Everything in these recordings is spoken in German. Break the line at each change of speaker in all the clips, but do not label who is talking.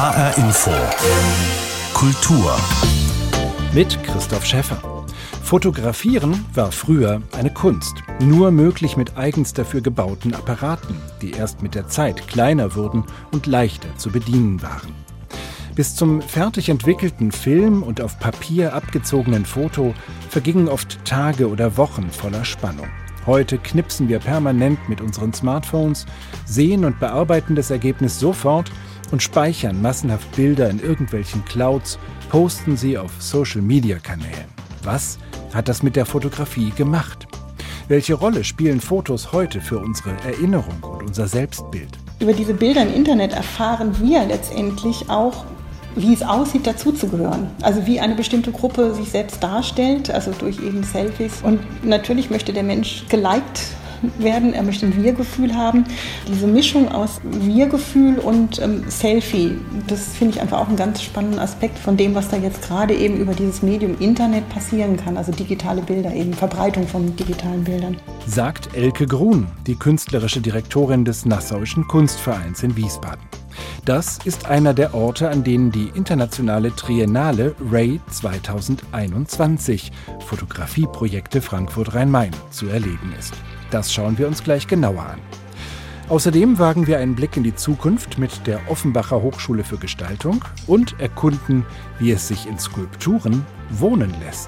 HR Info Kultur
mit Christoph Schäffer. Fotografieren war früher eine Kunst, nur möglich mit eigens dafür gebauten Apparaten, die erst mit der Zeit kleiner wurden und leichter zu bedienen waren. Bis zum fertig entwickelten Film und auf Papier abgezogenen Foto vergingen oft Tage oder Wochen voller Spannung. Heute knipsen wir permanent mit unseren Smartphones, sehen und bearbeiten das Ergebnis sofort und speichern massenhaft Bilder in irgendwelchen Clouds, posten sie auf Social-Media-Kanälen. Was hat das mit der Fotografie gemacht? Welche Rolle spielen Fotos heute für unsere Erinnerung und unser Selbstbild?
Über diese Bilder im Internet erfahren wir letztendlich auch, wie es aussieht, dazuzugehören. Also wie eine bestimmte Gruppe sich selbst darstellt, also durch eben Selfies. Und natürlich möchte der Mensch geliked werden, er möchte ein Wir-Gefühl haben. Diese Mischung aus Wir-Gefühl und Selfie, das finde ich einfach auch einen ganz spannenden Aspekt von dem, was da jetzt gerade eben über dieses Medium Internet passieren kann. Also digitale Bilder, eben Verbreitung von digitalen Bildern.
Sagt Elke Grun, die künstlerische Direktorin des Nassauischen Kunstvereins in Wiesbaden. Das ist einer der Orte, an denen die internationale Triennale Ray 2021, Fotografieprojekte Frankfurt-Rhein-Main, zu erleben ist. Das schauen wir uns gleich genauer an. Außerdem wagen wir einen Blick in die Zukunft mit der Offenbacher Hochschule für Gestaltung und erkunden, wie es sich in Skulpturen wohnen lässt.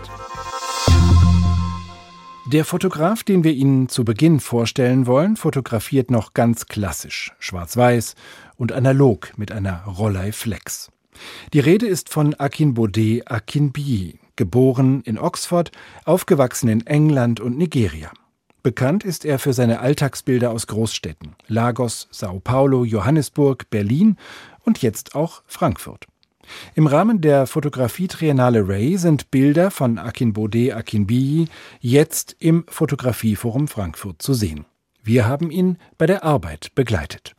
Der Fotograf, den wir Ihnen zu Beginn vorstellen wollen, fotografiert noch ganz klassisch, schwarz-weiß und analog mit einer Rolleiflex. Die Rede ist von Akinbode Akinbiyi, geboren in Oxford, aufgewachsen in England und Nigeria. Bekannt ist er für seine Alltagsbilder aus Großstädten: Lagos, Sao Paulo, Johannesburg, Berlin und jetzt auch Frankfurt. Im Rahmen der Fotografie-Triennale Ray sind Bilder von Akinbode Akinbiyi jetzt im Fotografieforum Frankfurt zu sehen. Wir haben ihn bei der Arbeit begleitet.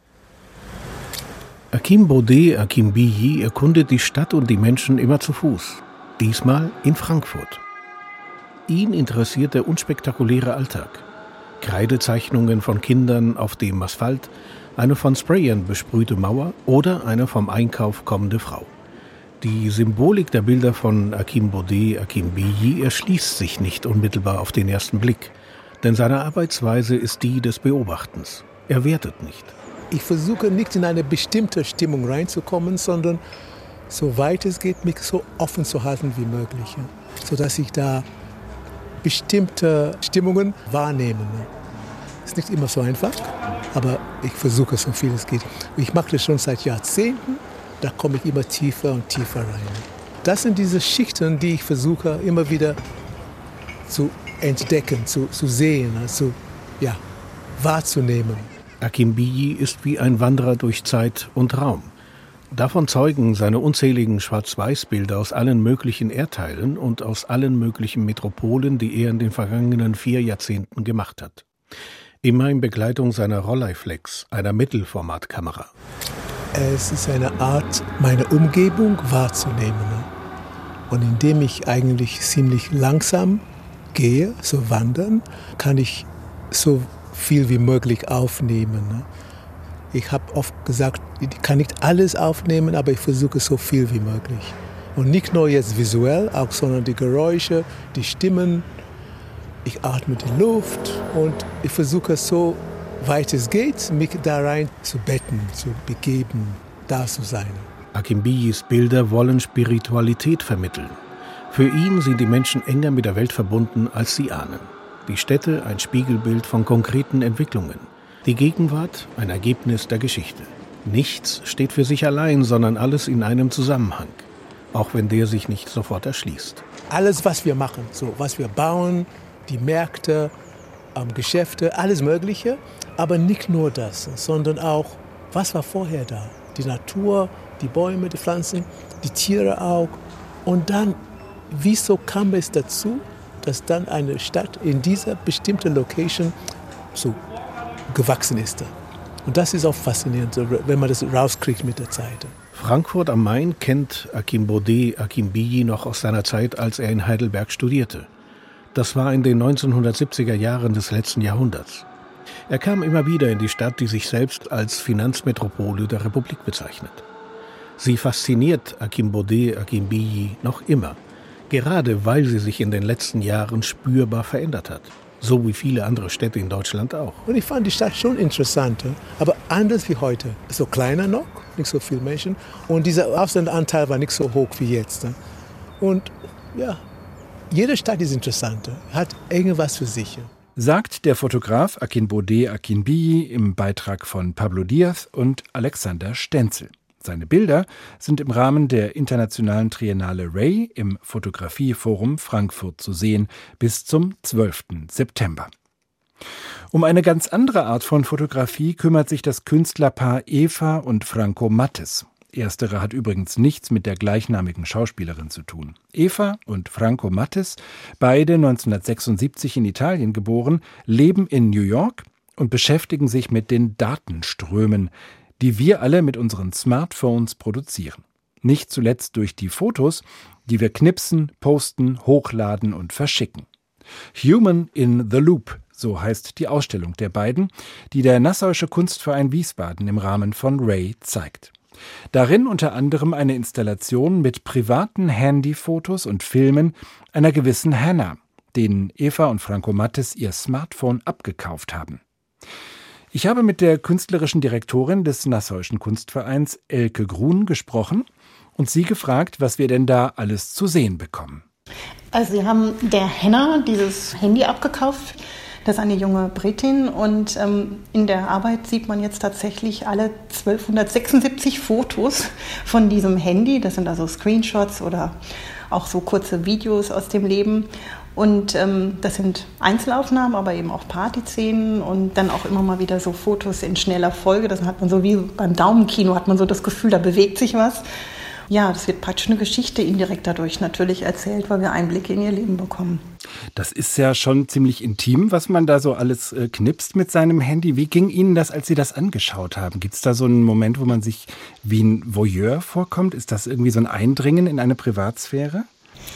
Akinbode Akinbiyi erkundet die Stadt und die Menschen immer zu Fuß. Diesmal in Frankfurt. Ihn interessiert der unspektakuläre Alltag. Kreidezeichnungen von Kindern auf dem Asphalt, eine von Sprayern besprühte Mauer oder eine vom Einkauf kommende Frau. Die Symbolik der Bilder von Akinbode Akinbiyi erschließt sich nicht unmittelbar auf den ersten Blick, denn seine Arbeitsweise ist die des Beobachtens. Er wertet nicht.
Ich versuche nicht in eine bestimmte Stimmung reinzukommen, sondern soweit es geht, mich so offen zu halten wie möglich, sodass ich da bestimmte Stimmungen wahrnehme. Ist nicht immer so einfach, aber ich versuche so viel es geht. Ich mache das schon seit Jahrzehnten. Da komme ich immer tiefer und tiefer rein. Das sind diese Schichten, die ich versuche immer wieder zu entdecken, zu sehen, wahrzunehmen.
Akinbiyi ist wie ein Wanderer durch Zeit und Raum. Davon zeugen seine unzähligen Schwarz-Weiß-Bilder aus allen möglichen Erdteilen und aus allen möglichen Metropolen, die er in den vergangenen 4 Jahrzehnten gemacht hat. Immer in Begleitung seiner Rolleiflex, einer Mittelformatkamera.
Es ist eine Art, meine Umgebung wahrzunehmen. Und indem ich eigentlich ziemlich langsam gehe, so wandern, kann ich so viel wie möglich aufnehmen. Ich habe oft gesagt, ich kann nicht alles aufnehmen, aber ich versuche so viel wie möglich. Und nicht nur jetzt visuell, auch sondern die Geräusche, die Stimmen. Ich atme die Luft und ich versuche so weit es geht, mich da rein zu betten, zu begeben, da zu sein.
Akinbiyis Bilder wollen Spiritualität vermitteln. Für ihn sind die Menschen enger mit der Welt verbunden, als sie ahnen. Die Städte ein Spiegelbild von konkreten Entwicklungen. Die Gegenwart ein Ergebnis der Geschichte. Nichts steht für sich allein, sondern alles in einem Zusammenhang. Auch wenn der sich nicht sofort erschließt.
Alles, was wir machen, so was wir bauen, die Märkte, Geschäfte, alles Mögliche. Aber nicht nur das, sondern auch, was war vorher da? Die Natur, die Bäume, die Pflanzen, die Tiere auch. Und dann, wieso kam es dazu, dass dann eine Stadt in dieser bestimmten Location so gewachsen ist? Und das ist auch faszinierend, wenn man das rauskriegt mit der Zeit.
Frankfurt am Main kennt Akinbode Akinbiyi noch aus seiner Zeit, als er in Heidelberg studierte. Das war in den 1970er Jahren des letzten Jahrhunderts. Er kam immer wieder in die Stadt, die sich selbst als Finanzmetropole der Republik bezeichnet. Sie fasziniert Akinbode Akinbiyi noch immer, gerade weil sie sich in den letzten Jahren spürbar verändert hat. So wie viele andere Städte in Deutschland auch.
Und ich fand die Stadt schon interessant, aber anders wie heute. So kleiner noch, nicht so viele Menschen. Und dieser Ausländeranteil war nicht so hoch wie jetzt. Und ja, jede Stadt ist interessant, hat irgendwas für sich.
Sagt der Fotograf Akinbode Akinbiyi im Beitrag von Pablo Diaz und Alexander Stenzel. Seine Bilder sind im Rahmen der internationalen Triennale Ray im Fotografieforum Frankfurt zu sehen bis zum 12. September. Um eine ganz andere Art von Fotografie kümmert sich das Künstlerpaar Eva und Franco Mattes. Erstere hat übrigens nichts mit der gleichnamigen Schauspielerin zu tun. Eva und Franco Mattes, beide 1976 in Italien geboren, leben in New York und beschäftigen sich mit den Datenströmen, die wir alle mit unseren Smartphones produzieren. Nicht zuletzt durch die Fotos, die wir knipsen, posten, hochladen und verschicken. Human in the Loop, so heißt die Ausstellung der beiden, die der Nassauische Kunstverein Wiesbaden im Rahmen von Ray zeigt. Darin unter anderem eine Installation mit privaten Handyfotos und Filmen einer gewissen Hannah, denen Eva und Franco Mattes ihr Smartphone abgekauft haben. Ich habe mit der künstlerischen Direktorin des Nassauischen Kunstvereins, Elke Grun, gesprochen und sie gefragt, was wir denn da alles zu sehen bekommen.
Also wir haben der Hannah dieses Handy abgekauft. Das ist eine junge Britin und in der Arbeit sieht man jetzt tatsächlich alle 1276 Fotos von diesem Handy. Das sind also Screenshots oder auch so kurze Videos aus dem Leben. Und das sind Einzelaufnahmen, aber eben auch Partyszenen und dann auch immer mal wieder so Fotos in schneller Folge. Das hat man so wie beim Daumenkino, hat man so das Gefühl, da bewegt sich was. Ja, das wird praktisch eine Geschichte indirekt dadurch natürlich erzählt, weil wir Einblicke in ihr Leben bekommen.
Das ist ja schon ziemlich intim, was man da so alles knipst mit seinem Handy. Wie ging Ihnen das, als Sie das angeschaut haben? Gibt es da so einen Moment, wo man sich wie ein Voyeur vorkommt? Ist das irgendwie so ein Eindringen in eine Privatsphäre?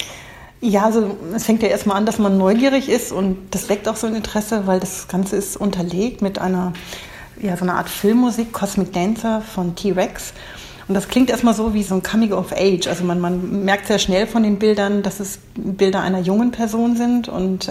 Ja, also es fängt ja erstmal an, dass man neugierig ist und das weckt auch so ein Interesse, weil das Ganze ist unterlegt mit einer, ja, so einer Art Filmmusik, Cosmic Dancer von T-Rex. Und das klingt erstmal so wie so ein Coming of Age. Also man merkt sehr schnell von den Bildern, dass es Bilder einer jungen Person sind und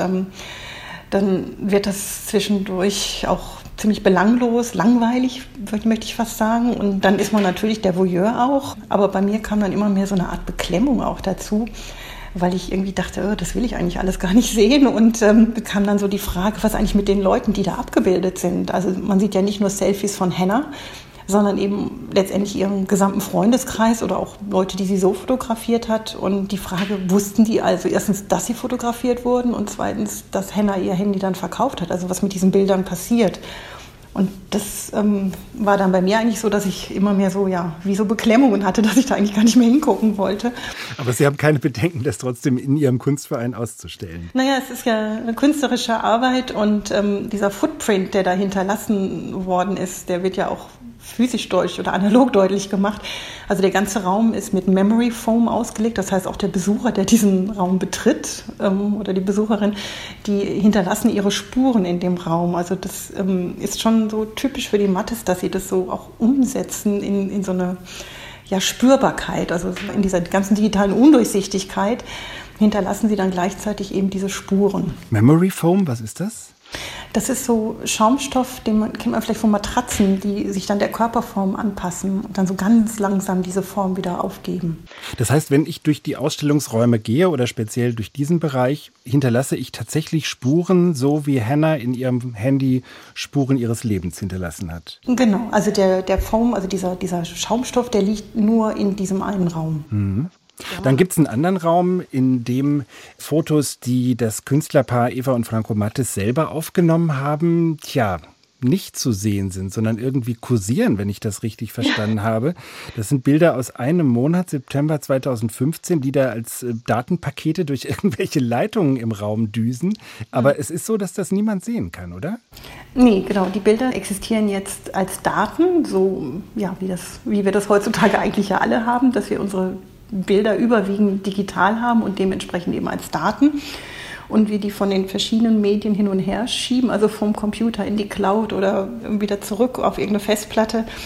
dann wird das zwischendurch auch ziemlich belanglos, langweilig, möchte ich fast sagen. Und dann ist man natürlich der Voyeur auch. Aber bei mir kam dann immer mehr so eine Art Beklemmung auch dazu, weil ich irgendwie dachte, das will ich eigentlich alles gar nicht sehen. Und bekam dann so die Frage, was eigentlich mit den Leuten, die da abgebildet sind. Also man sieht ja nicht nur Selfies von Hannah, sondern eben letztendlich ihren gesamten Freundeskreis oder auch Leute, die sie so fotografiert hat. Und die Frage, wussten die also erstens, dass sie fotografiert wurden und zweitens, dass Hannah ihr Handy dann verkauft hat, also was mit diesen Bildern passiert. Und das war dann bei mir eigentlich so, dass ich immer mehr so, ja, wie so Beklemmungen hatte, dass ich da eigentlich gar nicht mehr hingucken wollte.
Aber Sie haben keine Bedenken, das trotzdem in Ihrem Kunstverein auszustellen?
Naja, es ist ja eine künstlerische Arbeit und dieser Footprint, der da hinterlassen worden ist, der wird ja auch physisch deutlich oder analog deutlich gemacht. Also der ganze Raum ist mit Memory Foam ausgelegt. Das heißt, auch der Besucher, der diesen Raum betritt oder die Besucherin, die hinterlassen ihre Spuren in dem Raum. Also das ist schon so typisch für die Mattes, dass sie das so auch umsetzen in so eine, ja, Spürbarkeit. Also in dieser ganzen digitalen Undurchsichtigkeit hinterlassen sie dann gleichzeitig eben diese Spuren.
Memory Foam, was ist das?
Das ist so Schaumstoff, kennt man vielleicht von Matratzen, die sich dann der Körperform anpassen und dann so ganz langsam diese Form wieder aufgeben.
Das heißt, wenn ich durch die Ausstellungsräume gehe oder speziell durch diesen Bereich, hinterlasse ich tatsächlich Spuren, so wie Hannah in ihrem Handy Spuren ihres Lebens hinterlassen hat.
Genau, also der Foam, also dieser Schaumstoff, der liegt nur in diesem einen Raum.
Mhm. Dann gibt es einen anderen Raum, in dem Fotos, die das Künstlerpaar Eva und Franco Mattes selber aufgenommen haben, nicht zu sehen sind, sondern irgendwie kursieren, wenn ich das richtig verstanden habe. Das sind Bilder aus einem Monat, September 2015, die da als Datenpakete durch irgendwelche Leitungen im Raum düsen. Aber es ist so, dass das niemand sehen kann, oder?
Nee, genau. Die Bilder existieren jetzt als Daten, so ja, wie wir das heutzutage eigentlich ja alle haben, dass wir unsere Bilder überwiegend digital haben und dementsprechend eben als Daten und wir die von den verschiedenen Medien hin und her schieben, also vom Computer in die Cloud oder wieder zurück auf irgendeine Festplatte.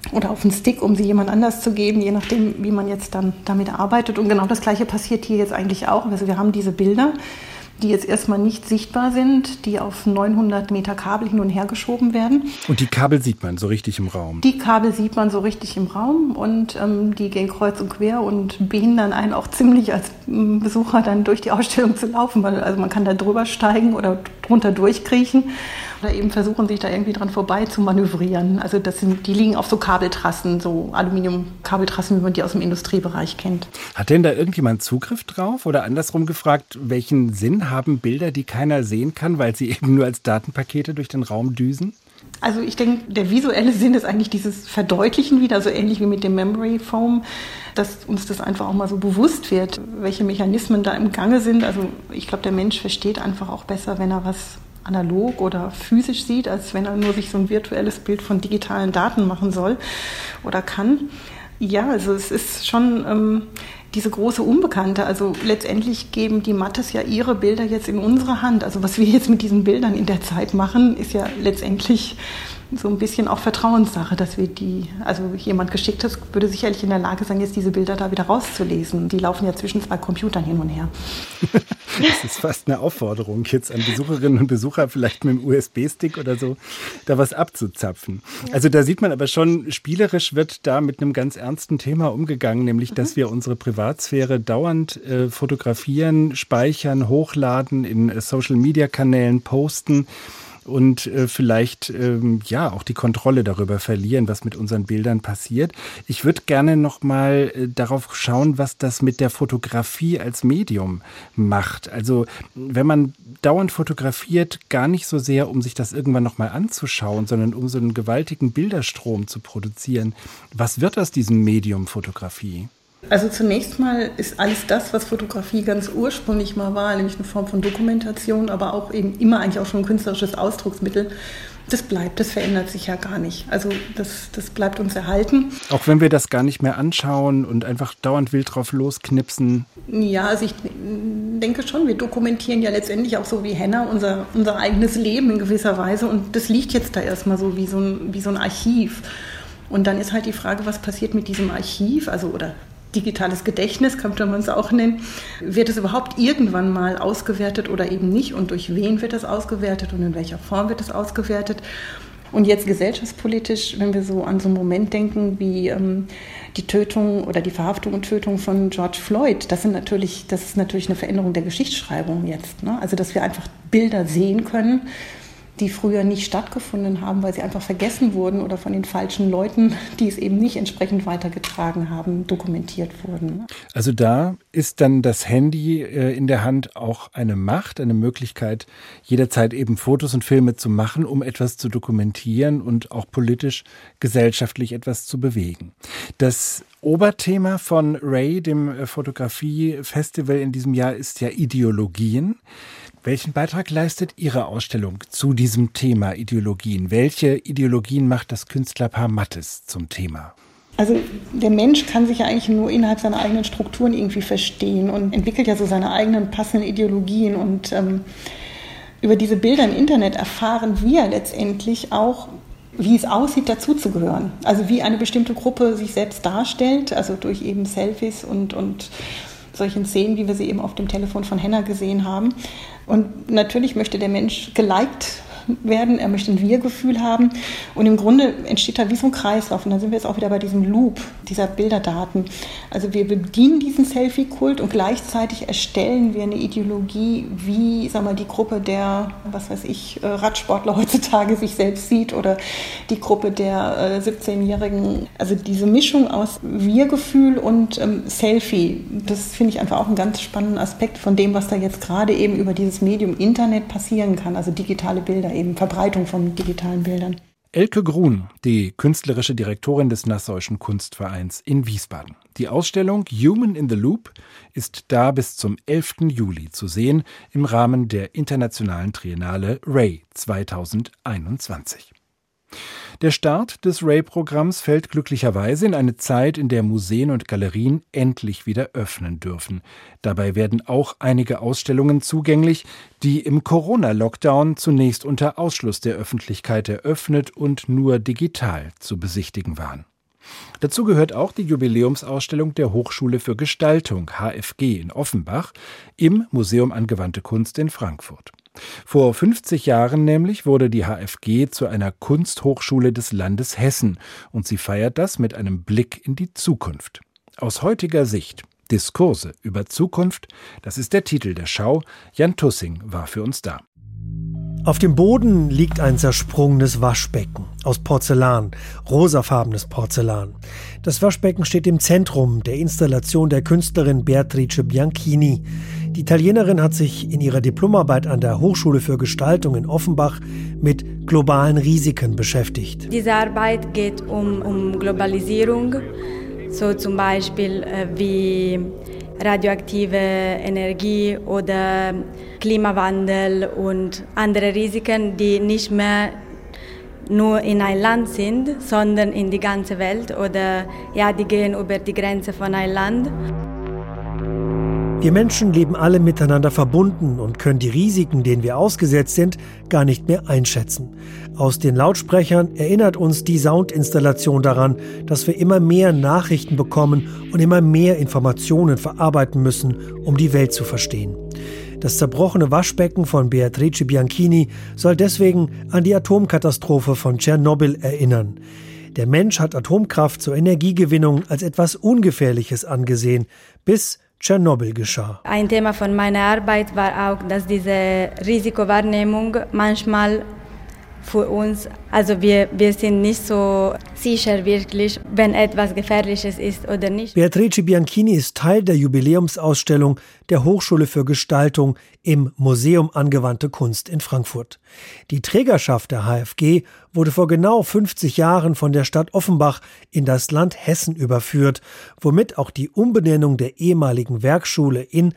oder auf den Stick, um sie jemand anders zu geben, je nachdem, wie man jetzt dann damit arbeitet. Und genau das Gleiche passiert hier jetzt eigentlich auch. Also wir haben diese Bilder, die jetzt erstmal nicht sichtbar sind, die auf 900 Meter Kabel hin und her geschoben werden.
Und die Kabel sieht man so richtig im Raum?
Die Kabel sieht man so richtig im Raum und die gehen kreuz und quer und behindern einen auch ziemlich als Besucher dann durch die Ausstellung zu laufen, weil also man kann da drüber steigen oder drunter durchkriechen oder eben versuchen, sich da irgendwie dran vorbei zu manövrieren. Also die liegen auf so Kabeltrassen, so Aluminium-Kabeltrassen, wie man die aus dem Industriebereich kennt.
Hat denn da irgendjemand Zugriff drauf? Oder andersrum gefragt, welchen Sinn haben Bilder, die keiner sehen kann, weil sie eben nur als Datenpakete durch den Raum düsen?
Also ich denke, der visuelle Sinn ist eigentlich dieses Verdeutlichen wieder, so ähnlich wie mit dem Memory Foam, dass uns das einfach auch mal so bewusst wird, welche Mechanismen da im Gange sind. Also ich glaube, der Mensch versteht einfach auch besser, wenn er was analog oder physisch sieht, als wenn er nur sich so ein virtuelles Bild von digitalen Daten machen soll oder kann. Ja, also es ist schon diese große Unbekannte. Also letztendlich geben die Mattes ja ihre Bilder jetzt in unsere Hand. Also was wir jetzt mit diesen Bildern in der Zeit machen, ist ja letztendlich so ein bisschen auch Vertrauenssache, dass wir also jemand geschickt hat, würde sicherlich in der Lage sein, jetzt diese Bilder da wieder rauszulesen. Die laufen ja zwischen zwei Computern hin und her.
Das ist fast eine Aufforderung jetzt an Besucherinnen und Besucher, vielleicht mit dem USB-Stick oder so, da was abzuzapfen. Also da sieht man aber schon, spielerisch wird da mit einem ganz ernsten Thema umgegangen, nämlich, dass wir unsere Privatsphäre dauernd fotografieren, speichern, hochladen, in Social-Media-Kanälen posten. Und vielleicht auch die Kontrolle darüber verlieren, was mit unseren Bildern passiert. Ich würde gerne noch mal darauf schauen, was das mit der Fotografie als Medium macht. Also wenn man dauernd fotografiert, gar nicht so sehr, um sich das irgendwann noch mal anzuschauen, sondern um so einen gewaltigen Bilderstrom zu produzieren. Was wird aus diesem Medium Fotografie?
Also zunächst mal ist alles das, was Fotografie ganz ursprünglich mal war, nämlich eine Form von Dokumentation, aber auch eben immer eigentlich auch schon ein künstlerisches Ausdrucksmittel. Das bleibt, das verändert sich ja gar nicht. Also das bleibt uns erhalten. Auch wenn wir das gar nicht mehr anschauen und einfach dauernd wild drauf losknipsen? Ja, also ich denke schon, wir dokumentieren ja letztendlich auch so wie Henna unser eigenes Leben in gewisser Weise und das liegt jetzt da erstmal so wie so ein Archiv. Und dann ist halt die Frage, was passiert mit diesem Archiv, oder digitales Gedächtnis, könnte man es auch nennen. Wird es überhaupt irgendwann mal ausgewertet oder eben nicht? Und durch wen wird es ausgewertet und in welcher Form wird es ausgewertet? Und jetzt gesellschaftspolitisch, wenn wir so an so einen Moment denken wie die Tötung oder die Verhaftung und Tötung von George Floyd, das ist natürlich eine Veränderung der Geschichtsschreibung jetzt. Ne? Also dass wir einfach Bilder sehen können, die früher nicht stattgefunden haben, weil sie einfach vergessen wurden oder von den falschen Leuten, die es eben nicht entsprechend weitergetragen haben, dokumentiert wurden.
Also da ist dann das Handy in der Hand auch eine Macht, eine Möglichkeit, jederzeit eben Fotos und Filme zu machen, um etwas zu dokumentieren und auch politisch, gesellschaftlich etwas zu bewegen. Das Oberthema von Ray, dem Fotografie-Festival in diesem Jahr, ist ja Ideologien. Welchen Beitrag leistet Ihre Ausstellung zu diesem Thema Ideologien? Welche Ideologien macht das Künstlerpaar Mattes zum Thema?
Also der Mensch kann sich ja eigentlich nur innerhalb seiner eigenen Strukturen irgendwie verstehen und entwickelt ja so seine eigenen passenden Ideologien. Und über diese Bilder im Internet erfahren wir letztendlich auch, wie es aussieht, dazuzugehören. Also wie eine bestimmte Gruppe sich selbst darstellt, also durch eben Selfies und solchen Szenen, wie wir sie eben auf dem Telefon von Henna gesehen haben. Und natürlich möchte der Mensch geliked werden, er möchte ein Wir-Gefühl haben und im Grunde entsteht da wie so ein Kreislauf und dann sind wir jetzt auch wieder bei diesem Loop dieser Bilderdaten. Also wir bedienen diesen Selfie-Kult und gleichzeitig erstellen wir eine Ideologie, wie die Gruppe der, Radsportler heutzutage sich selbst sieht oder die Gruppe der 17-Jährigen. Also diese Mischung aus Wir-Gefühl und Selfie, das finde ich einfach auch einen ganz spannenden Aspekt von dem, was da jetzt gerade eben über dieses Medium Internet passieren kann, also digitale Bilder, eben Verbreitung von digitalen Bildern.
Elke Grun, die künstlerische Direktorin des Nassauischen Kunstvereins in Wiesbaden. Die Ausstellung Human in the Loop ist da bis zum 11. Juli zu sehen im Rahmen der internationalen Triennale Ray 2021. Der Start des Ray-Programms fällt glücklicherweise in eine Zeit, in der Museen und Galerien endlich wieder öffnen dürfen. Dabei werden auch einige Ausstellungen zugänglich, die im Corona-Lockdown zunächst unter Ausschluss der Öffentlichkeit eröffnet und nur digital zu besichtigen waren. Dazu gehört auch die Jubiläumsausstellung der Hochschule für Gestaltung, HFG, in Offenbach im Museum Angewandte Kunst in Frankfurt. Vor 50 Jahren nämlich wurde die HFG zu einer Kunsthochschule des Landes Hessen und sie feiert das mit einem Blick in die Zukunft. Aus heutiger Sicht Diskurse über Zukunft, das ist der Titel der Schau. Jan Tussing war für uns da.
Auf dem Boden liegt ein zersprungenes Waschbecken aus Porzellan, rosafarbenes Porzellan. Das Waschbecken steht im Zentrum der Installation der Künstlerin Beatrice Bianchini. Die Italienerin hat sich in ihrer Diplomarbeit an der Hochschule für Gestaltung in Offenbach mit globalen Risiken beschäftigt.
Diese Arbeit geht um Globalisierung, so zum Beispiel wie radioaktive Energie oder Klimawandel und andere Risiken, die nicht mehr nur in ein Land sind, sondern in die ganze Welt oder die gehen über die Grenze von einem Land.
Wir Menschen leben alle miteinander verbunden und können die Risiken, denen wir ausgesetzt sind, gar nicht mehr einschätzen. Aus den Lautsprechern erinnert uns die Soundinstallation daran, dass wir immer mehr Nachrichten bekommen und immer mehr Informationen verarbeiten müssen, um die Welt zu verstehen. Das zerbrochene Waschbecken von Beatrice Bianchini soll deswegen an die Atomkatastrophe von Tschernobyl erinnern. Der Mensch hat Atomkraft zur Energiegewinnung als etwas Ungefährliches angesehen, bis Tschernobyl geschah.
Ein Thema von meiner Arbeit war auch, dass diese Risikowahrnehmung manchmal für uns, also wir sind nicht so sicher wirklich, wenn etwas Gefährliches ist oder nicht.
Beatrice Bianchini ist Teil der Jubiläumsausstellung der Hochschule für Gestaltung im Museum Angewandte Kunst in Frankfurt. Die Trägerschaft der HFG wurde vor genau 50 Jahren von der Stadt Offenbach in das Land Hessen überführt, womit auch die Umbenennung der ehemaligen Werkschule in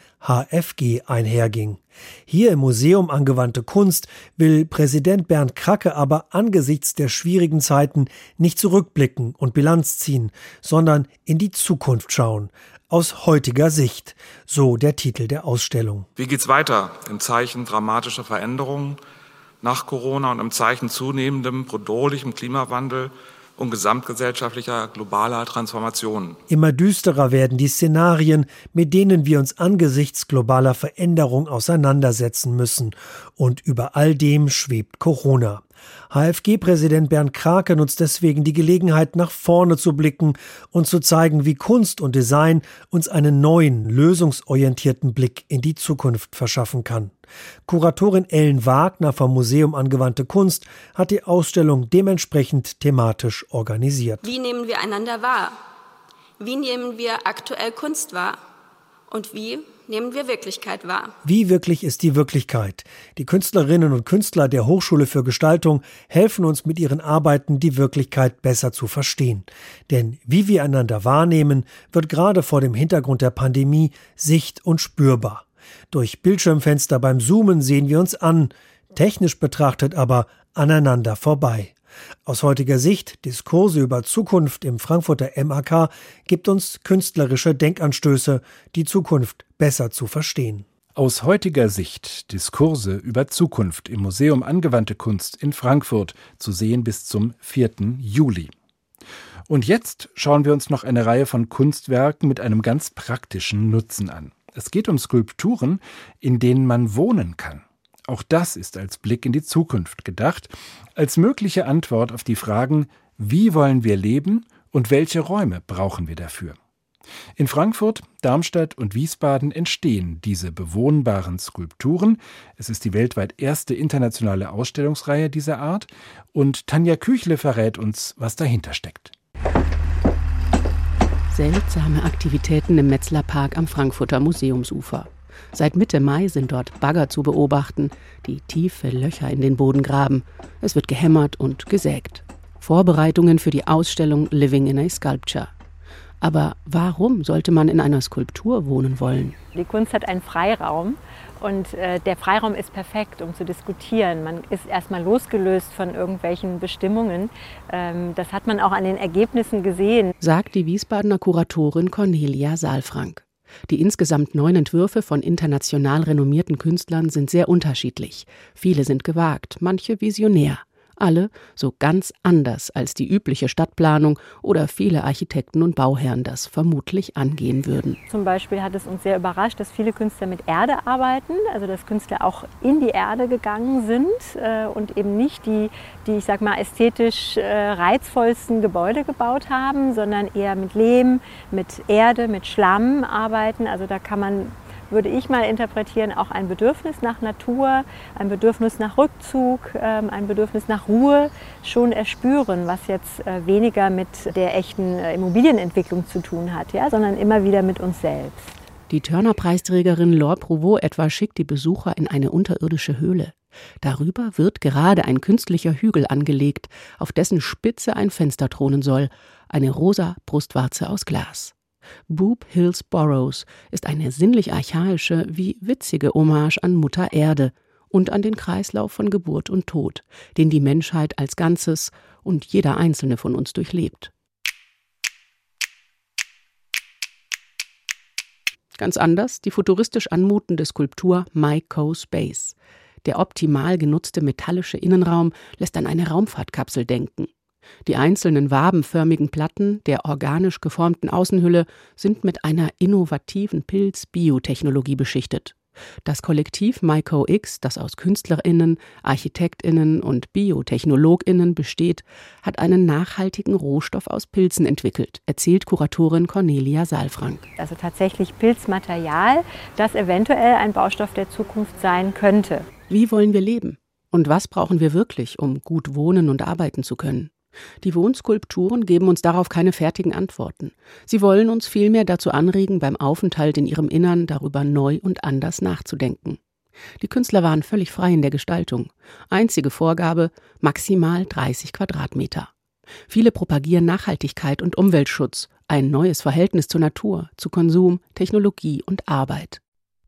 HFG einherging. Hier im Museum Angewandte Kunst will Präsident Bernd Kracke aber angesichts der schwierigen Zeiten nicht zurückblicken und Bilanz ziehen, sondern in die Zukunft schauen. Aus heutiger Sicht, so der Titel der Ausstellung.
Wie geht's weiter im Zeichen dramatischer Veränderungen nach Corona und im Zeichen zunehmendem bedrohlichem Klimawandel und gesamtgesellschaftlicher globaler Transformationen?
Immer düsterer werden die Szenarien, mit denen wir uns angesichts globaler Veränderung auseinandersetzen müssen. Und über all dem schwebt Corona. HFG-Präsident Bernd Kracke nutzt deswegen die Gelegenheit, nach vorne zu blicken und zu zeigen, wie Kunst und Design uns einen neuen, lösungsorientierten Blick in die Zukunft verschaffen kann. Kuratorin Ellen Wagner vom Museum Angewandte Kunst hat die Ausstellung dementsprechend thematisch organisiert.
Wie nehmen wir einander wahr? Wie nehmen wir aktuell Kunst wahr? Und wie nehmen wir Wirklichkeit wahr?
Wie wirklich ist die Wirklichkeit? Die Künstlerinnen und Künstler der Hochschule für Gestaltung helfen uns mit ihren Arbeiten, die Wirklichkeit besser zu verstehen. Denn wie wir einander wahrnehmen, wird gerade vor dem Hintergrund der Pandemie sicht- und spürbar. Durch Bildschirmfenster beim Zoomen sehen wir uns an, technisch betrachtet aber aneinander vorbei. Aus heutiger Sicht, Diskurse über Zukunft im Frankfurter MAK, gibt uns künstlerische Denkanstöße, die Zukunft besser zu verstehen.
Aus heutiger Sicht, Diskurse über Zukunft im Museum Angewandte Kunst in Frankfurt, zu sehen bis zum 4. Juli. Und jetzt schauen wir uns noch eine Reihe von Kunstwerken mit einem ganz praktischen Nutzen an. Es geht um Skulpturen, in denen man wohnen kann. Auch das ist als Blick in die Zukunft gedacht, als mögliche Antwort auf die Fragen, wie wollen wir leben und welche Räume brauchen wir dafür? In Frankfurt, Darmstadt und Wiesbaden entstehen diese bewohnbaren Skulpturen. Es ist die weltweit erste internationale Ausstellungsreihe dieser Art und Tanja Küchle verrät uns, was dahinter steckt.
Seltsame Aktivitäten im Metzler Park am Frankfurter Museumsufer. Seit Mitte Mai sind dort Bagger zu beobachten, die tiefe Löcher in den Boden graben. Es wird gehämmert und gesägt. Vorbereitungen für die Ausstellung Living in a Sculpture. Aber warum sollte man in einer Skulptur wohnen wollen?
Die Kunst hat einen Freiraum und der Freiraum ist perfekt, um zu diskutieren. Man ist erstmal losgelöst von irgendwelchen Bestimmungen. Das hat man auch an den Ergebnissen gesehen,
sagt die Wiesbadener Kuratorin Cornelia Saalfrank. Die insgesamt 9 Entwürfe von international renommierten Künstlern sind sehr unterschiedlich. Viele sind gewagt, manche visionär. Alle so ganz anders als die übliche Stadtplanung oder viele Architekten und Bauherren das vermutlich angehen würden.
Zum Beispiel hat es uns sehr überrascht, dass viele Künstler mit Erde arbeiten, also dass Künstler auch in die Erde gegangen sind und eben nicht die ich sag mal, ästhetisch reizvollsten Gebäude gebaut haben, sondern eher mit Lehm, mit Erde, mit Schlamm arbeiten. Also da kann man, würde ich mal interpretieren, auch ein Bedürfnis nach Natur, ein Bedürfnis nach Rückzug, ein Bedürfnis nach Ruhe schon erspüren, was jetzt weniger mit der echten Immobilienentwicklung zu tun hat, ja, sondern immer wieder mit uns selbst.
Die Turner-Preisträgerin Laure Prouvost etwa schickt die Besucher in eine unterirdische Höhle. Darüber wird gerade ein künstlicher Hügel angelegt, auf dessen Spitze ein Fenster thronen soll, eine rosa Brustwarze aus Glas. Boob Hills Burrows ist eine sinnlich archaische wie witzige Hommage an Mutter Erde und an den Kreislauf von Geburt und Tod, den die Menschheit als Ganzes und jeder einzelne von uns durchlebt. Ganz anders die futuristisch anmutende Skulptur Myco Space. Der optimal genutzte metallische Innenraum lässt an eine Raumfahrtkapsel denken. Die einzelnen wabenförmigen Platten der organisch geformten Außenhülle sind mit einer innovativen Pilz-Biotechnologie beschichtet. Das Kollektiv Myco X, das aus KünstlerInnen, ArchitektInnen und BiotechnologInnen besteht, hat einen nachhaltigen Rohstoff aus Pilzen entwickelt, erzählt Kuratorin Cornelia Saalfrank.
Also tatsächlich Pilzmaterial, das eventuell ein Baustoff der Zukunft sein könnte.
Wie wollen wir leben? Und was brauchen wir wirklich, um gut wohnen und arbeiten zu können? Die Wohnskulpturen geben uns darauf keine fertigen Antworten. Sie wollen uns vielmehr dazu anregen, beim Aufenthalt in ihrem Innern darüber neu und anders nachzudenken. Die Künstler waren völlig frei in der Gestaltung. Einzige Vorgabe: maximal 30 Quadratmeter. Viele propagieren Nachhaltigkeit und Umweltschutz, ein neues Verhältnis zur Natur, zu Konsum, Technologie und Arbeit.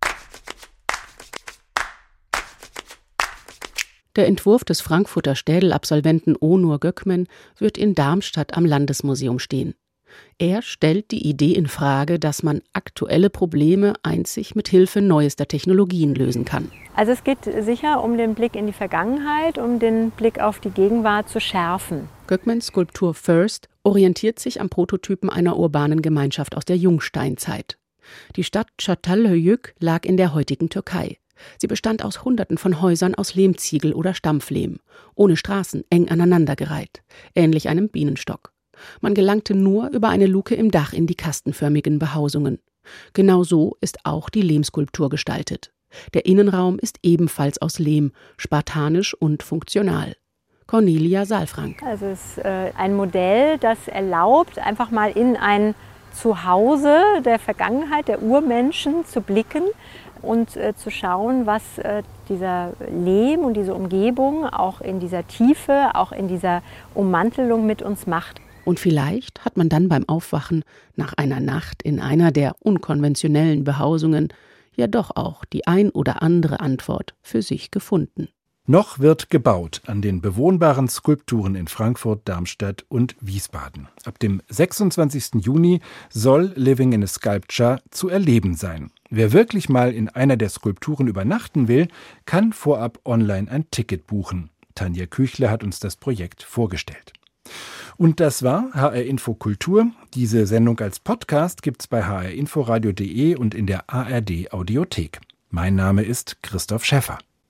Der Entwurf des Frankfurter Städel-Absolventen Onur Gökmen wird in Darmstadt am Landesmuseum stehen. Er stellt die Idee in Frage, dass man aktuelle Probleme einzig mit Hilfe neuester Technologien lösen kann.
Also es geht sicher um den Blick in die Vergangenheit, um den Blick auf die Gegenwart zu schärfen.
Gökmens Skulptur First orientiert sich am Prototypen einer urbanen Gemeinschaft aus der Jungsteinzeit. Die Stadt Çatalhöyük lag in der heutigen Türkei. Sie bestand aus Hunderten von Häusern aus Lehmziegel oder Stampflehm, ohne Straßen, eng aneinandergereiht, ähnlich einem Bienenstock. Man gelangte nur über eine Luke im Dach in die kastenförmigen Behausungen. Genau so ist auch die Lehmskulptur gestaltet. Der Innenraum ist ebenfalls aus Lehm, spartanisch und funktional. Cornelia Saalfrank.
Also es ist ein Modell, das erlaubt, einfach mal in ein Zuhause der Vergangenheit, der Urmenschen zu blicken und zu schauen, was dieser Lehm und diese Umgebung auch in dieser Tiefe, auch in dieser Ummantelung mit uns macht.
Und vielleicht hat man dann beim Aufwachen nach einer Nacht in einer der unkonventionellen Behausungen ja doch auch die ein oder andere Antwort für sich gefunden.
Noch wird gebaut an den bewohnbaren Skulpturen in Frankfurt, Darmstadt und Wiesbaden. Ab dem 26. Juni soll Living in a Sculpture zu erleben sein. Wer wirklich mal in einer der Skulpturen übernachten will, kann vorab online ein Ticket buchen. Tanja Küchler hat uns das Projekt vorgestellt. Und das war HR Info Kultur. Diese Sendung als Podcast gibt's bei hrinforadio.de und in der ARD Audiothek. Mein Name ist Christoph Schäffer.